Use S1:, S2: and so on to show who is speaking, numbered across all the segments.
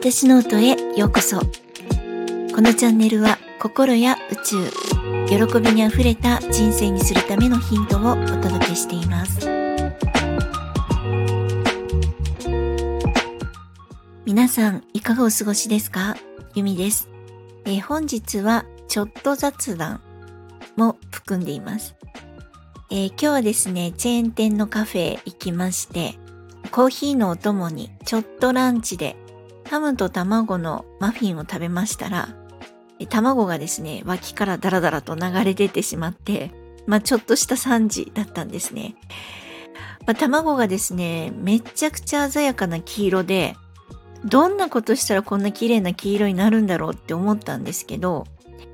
S1: 私の音へようこそ。このチャンネルは心や宇宙、喜びにあふれた人生にするためのヒントをお届けしています。皆さんいかがお過ごしですか？ゆみです。本日はちょっと雑談も含んでいます。今日はですね、チェーン店のカフェへ行きまして、コーヒーのお供にちょっとランチでハムと卵のマフィンを食べましたら、卵がですね、脇からダラダラと流れ出てしまって、ちょっとした惨事だったんですね。卵がですね、めちゃくちゃ鮮やかな黄色で、どんなことしたらこんな綺麗な黄色になるんだろうって思ったんですけど、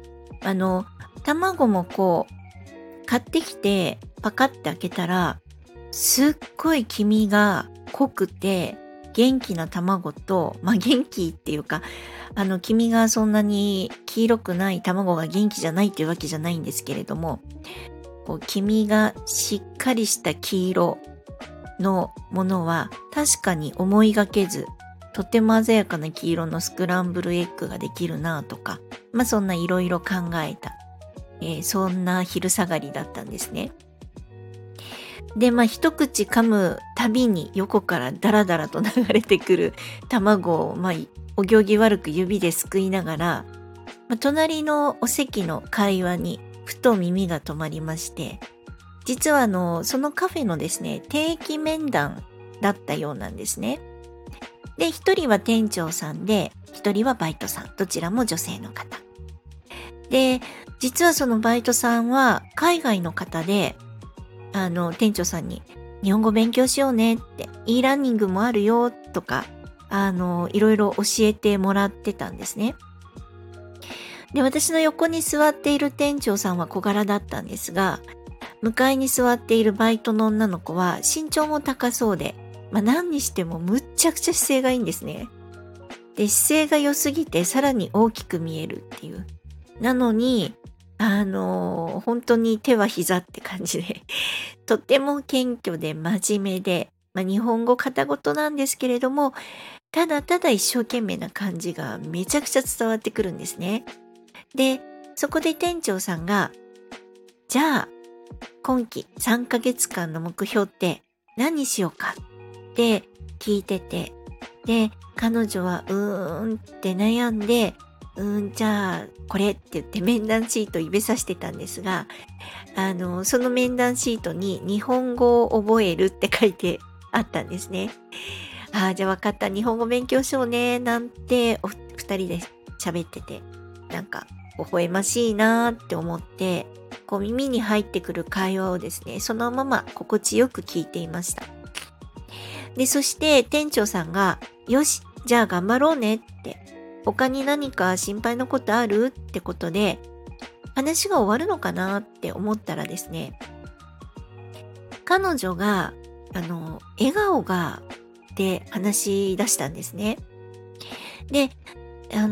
S1: 卵も買ってきてパカって開けたら、すっごい黄身が濃くて元気な卵と、元気っていうか、黄身がそんなに黄色くない卵が元気じゃないっていうわけじゃないんですけれども、黄身がしっかりした黄色のものは確かに思いがけず、とても鮮やかな黄色のスクランブルエッグができるなとか、そんないろいろ考えた、そんな昼下がりだったんですね。で、一口噛むたびに横からダラダラと流れてくる卵を、お行儀悪く指ですくいながら、隣のお席の会話にふと耳が止まりまして、実はそのカフェのですね、定期面談だったようなんですね。で、一人は店長さんで、一人はバイトさん、どちらも女性の方。で、実はそのバイトさんは海外の方で、店長さんに日本語勉強しようねって、e ラーニングもあるよとか、いろいろ教えてもらってたんですね。で、私の横に座っている店長さんは小柄だったんですが、向かいに座っているバイトの女の子は身長も高そうで、何にしてもむっちゃくちゃ姿勢がいいんですね。で、姿勢が良すぎてさらに大きく見えるっていう。なのに、本当に手は膝って感じで、とても謙虚で真面目で、日本語片言なんですけれども、ただただ一生懸命な感じがめちゃくちゃ伝わってくるんですね。で、そこで店長さんが、じゃあ、今期3ヶ月間の目標って何にしようかって聞いてて、で、彼女はって悩んで、じゃあこれって言って面談シートを指さしてたんですが、その面談シートに日本語を覚えるって書いてあったんですね。じゃあ分かった、日本語勉強しようねなんて二人で喋ってて、なんか微笑ましいなって思って、耳に入ってくる会話をですね、そのまま心地よく聞いていました。で、そして店長さんが、よし、じゃあ頑張ろうねって、他に何か心配なことあるってことで、話が終わるのかなって思ったらですね、彼女が、笑顔が、って話し出したんですね。で、何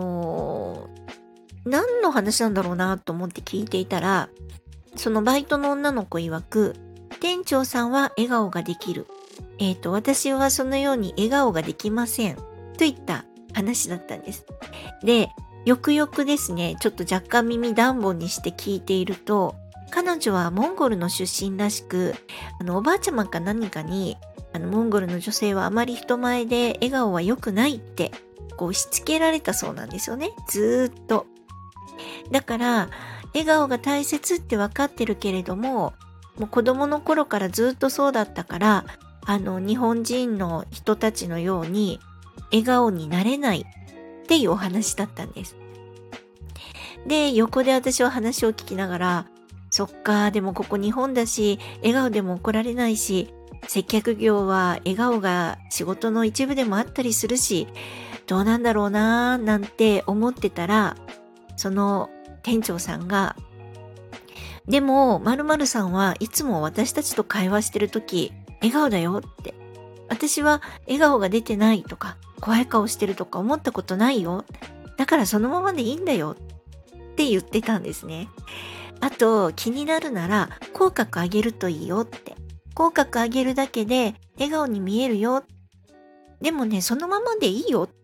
S1: の話なんだろうなと思って聞いていたら、そのバイトの女の子曰く、店長さんは笑顔ができる。私はそのように笑顔ができません。といった話だったんです。で、よくよくですね、ちょっと若干耳暖房にして聞いていると、彼女はモンゴルの出身らしく、おばあちゃまか何かに、モンゴルの女性はあまり人前で笑顔は良くないって、しつけられたそうなんですよね。ずーっと。だから、笑顔が大切って分かってるけれども、もう子供の頃からずっとそうだったから、日本人の人たちのように笑顔になれないっていうお話だったんです。で、横で私は話を聞きながら、そっか、でもここ日本だし、笑顔でも怒られないし、接客業は笑顔が仕事の一部でもあったりするし、どうなんだろうなーなんて思ってたら、その店長さんが、でも、〇〇さんはいつも私たちと会話してるとき、笑顔だよって。私は笑顔が出てないとか、怖い顔してるとか思ったことないよ。だからそのままでいいんだよって言ってたんですね。あと、気になるなら、口角上げるといいよって。口角上げるだけで笑顔に見えるよ。でもね、そのままでいいよっ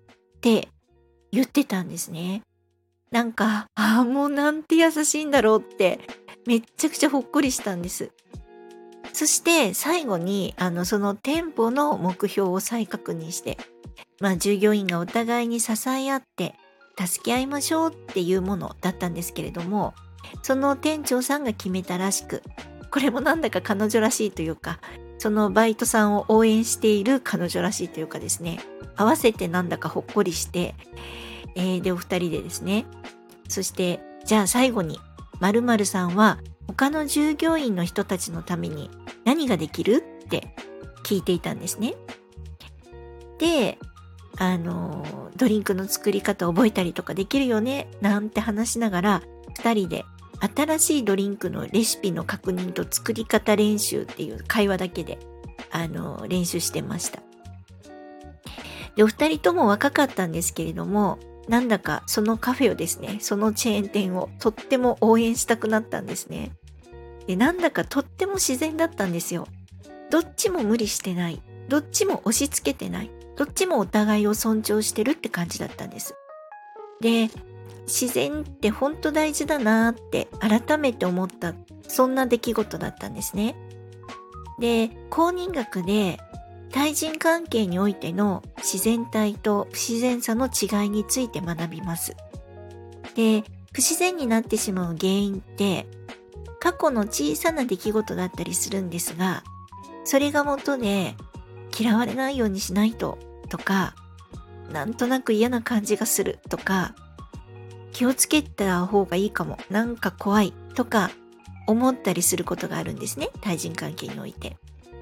S1: って言ってたんですね。なんか、もうなんて優しいんだろうって、めっちゃくちゃほっこりしたんです。そして最後に、その店舗の目標を再確認して、従業員がお互いに支え合って、助け合いましょうっていうものだったんですけれども、その店長さんが決めたらしく、これもなんだか彼女らしいというか、そのバイトさんを応援している彼女らしいというかですね、合わせてなんだかほっこりして、で、お二人でですね、そして、じゃあ最後に、〇〇さんは他の従業員の人たちのために何ができるって聞いていたんですね。で、ドリンクの作り方覚えたりとかできるよねなんて話しながら、二人で新しいドリンクのレシピの確認と作り方練習っていう会話だけで、練習してました。で、お二人とも若かったんですけれども、なんだかそのカフェをですね、そのチェーン店をとっても応援したくなったんですね。で、なんだかとっても自然だったんですよ。どっちも無理してない。どっちも押し付けてない。どっちもお互いを尊重してるって感じだったんです。で、自然って本当大事だなーって改めて思った、そんな出来事だったんですね。で、公認学で対人関係においての自然体と不自然さの違いについて学びます。で、不自然になってしまう原因って過去の小さな出来事だったりするんですが、それが元で嫌われないようにしないととか、なんとなく嫌な感じがするとか、気をつけた方がいいかも、なんか怖いとか思ったりすることがあるんですね、対人関係において。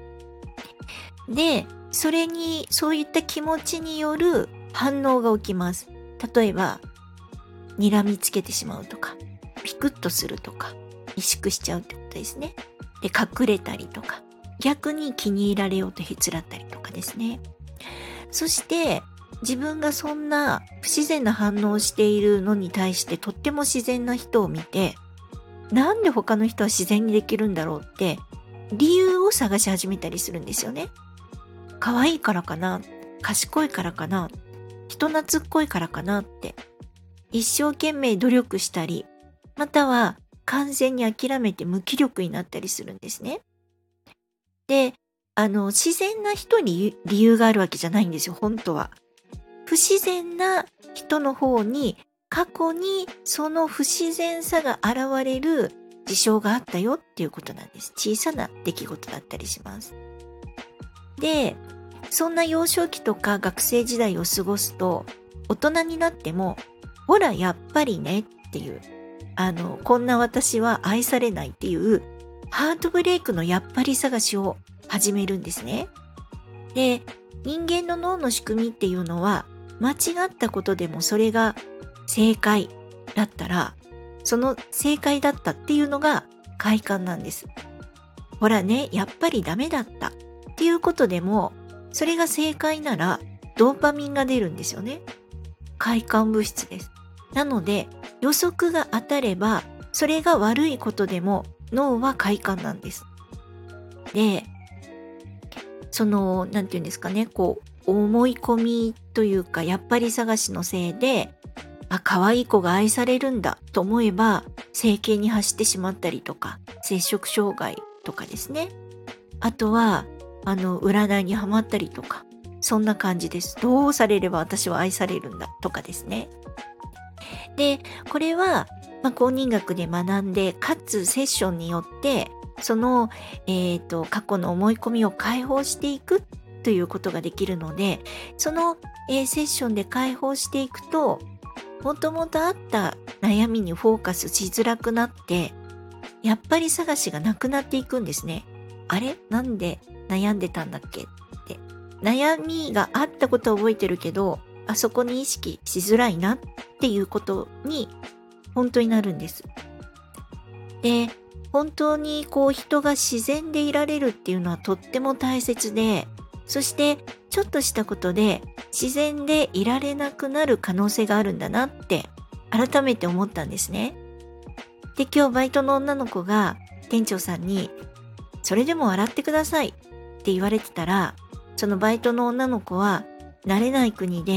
S1: で、そういった気持ちによる反応が起きます。例えば、睨みつけてしまうとか、ピクッとするとか、萎縮しちゃうってことですね。で、隠れたりとか、逆に気に入られようとへつらったりとかですね。そして、自分がそんな不自然な反応をしているのに対してとっても自然な人を見て、なんで他の人は自然にできるんだろうって、理由を探し始めたりするんですよね。可愛いからかな、賢いからかな、人懐っこいからかなって、一生懸命努力したり、または完全に諦めて無気力になったりするんですね。で、自然な人に理由があるわけじゃないんですよ、本当は。不自然な人の方に過去にその不自然さが現れる事象があったよっていうことなんです。小さな出来事だったりします。で、そんな幼少期とか学生時代を過ごすと、大人になっても、ほらやっぱりねっていう、こんな私は愛されないっていうハートブレイクのやっぱり探しを始めるんですね。で、人間の脳の仕組みっていうのは、間違ったことでもそれが正解だったら、その正解だったっていうのが快感なんです。ほらね、やっぱりダメだったっていうことでも、それが正解ならドーパミンが出るんですよね。快感物質です。なので、予測が当たれば、それが悪いことでも脳は快感なんです。で、なんていうんですかね、思い込みというか、やっぱり探しのせいで、可愛い子が愛されるんだと思えば、整形に走ってしまったりとか、摂食障害とかですね。あとは、占いにはまったりとか、そんな感じです。どうされれば私は愛されるんだとかですね。で、これは、公認学で学んで、かつセッションによって、その、過去の思い込みを解放していくということができるので、その、セッションで解放していくと、もともとあった悩みにフォーカスしづらくなって、やっぱり探しがなくなっていくんですね。あれなんで悩んでたんだっけって。悩みがあったことは覚えてるけど、あそこに意識しづらいなっていうことに本当になるんです。で、本当に人が自然でいられるっていうのはとっても大切で、そしてちょっとしたことで自然でいられなくなる可能性があるんだなって改めて思ったんですね。で、今日バイトの女の子が店長さんに、それでも笑ってくださいって言われてたら、そのバイトの女の子は慣れない国で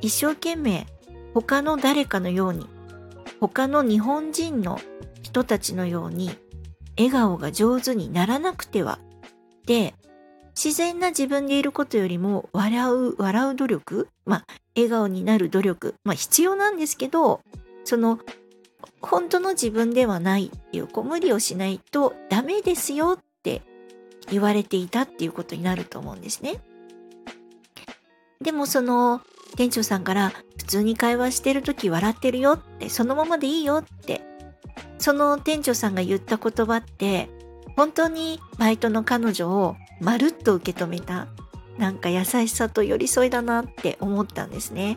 S1: 一生懸命他の誰かのように、他の日本人の人たちのように笑顔が上手にならなくては。で、自然な自分でいることよりも笑う努力、笑顔になる努力、必要なんですけど、本当の自分ではないっていう、無理をしないとダメですよって言われていたっていうことになると思うんですね。でも店長さんから普通に会話してるとき笑ってるよって、そのままでいいよって、その店長さんが言った言葉って、本当にバイトの彼女をまるっと受け止めた、なんか優しさと寄り添いだなって思ったんですね。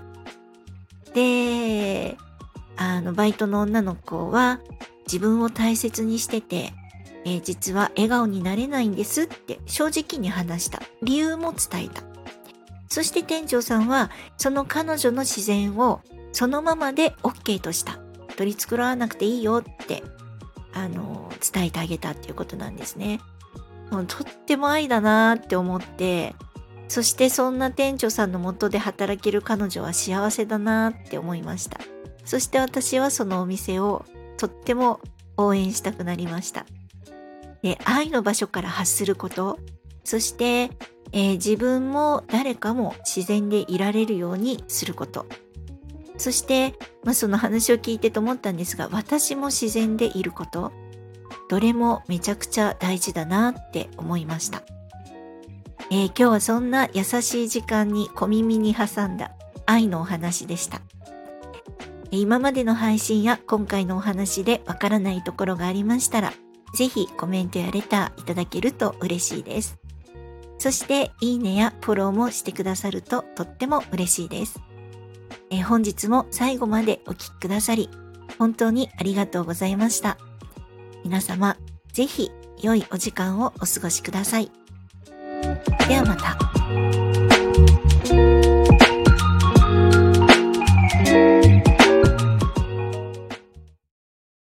S1: で、バイトの女の子は自分を大切にしてて、実は笑顔になれないんですって正直に話した。理由も伝えた。そして店長さんはその彼女の自然をそのままで OK とした。取り繕わなくていいよって伝えてあげたっていうことなんですね。もうとっても愛だなって思って、そしてそんな店長さんの下で働ける彼女は幸せだなって思いました。そして私はそのお店をとっても応援したくなりました。で、愛の場所から発すること、そして、自分も誰かも自然でいられるようにすること。そして、その話を聞いてと思ったんですが、私も自然でいること、どれもめちゃくちゃ大事だなって思いました。今日はそんな優しい時間に小耳に挟んだ愛のお話でした。今までの配信や今回のお話でわからないところがありましたら、ぜひコメントやレターいただけると嬉しいです。そしていいねやフォローもしてくださるととっても嬉しいです。本日も最後までお聞きくださり、本当にありがとうございました。皆様、ぜひ良いお時間をお過ごしください。ではまた。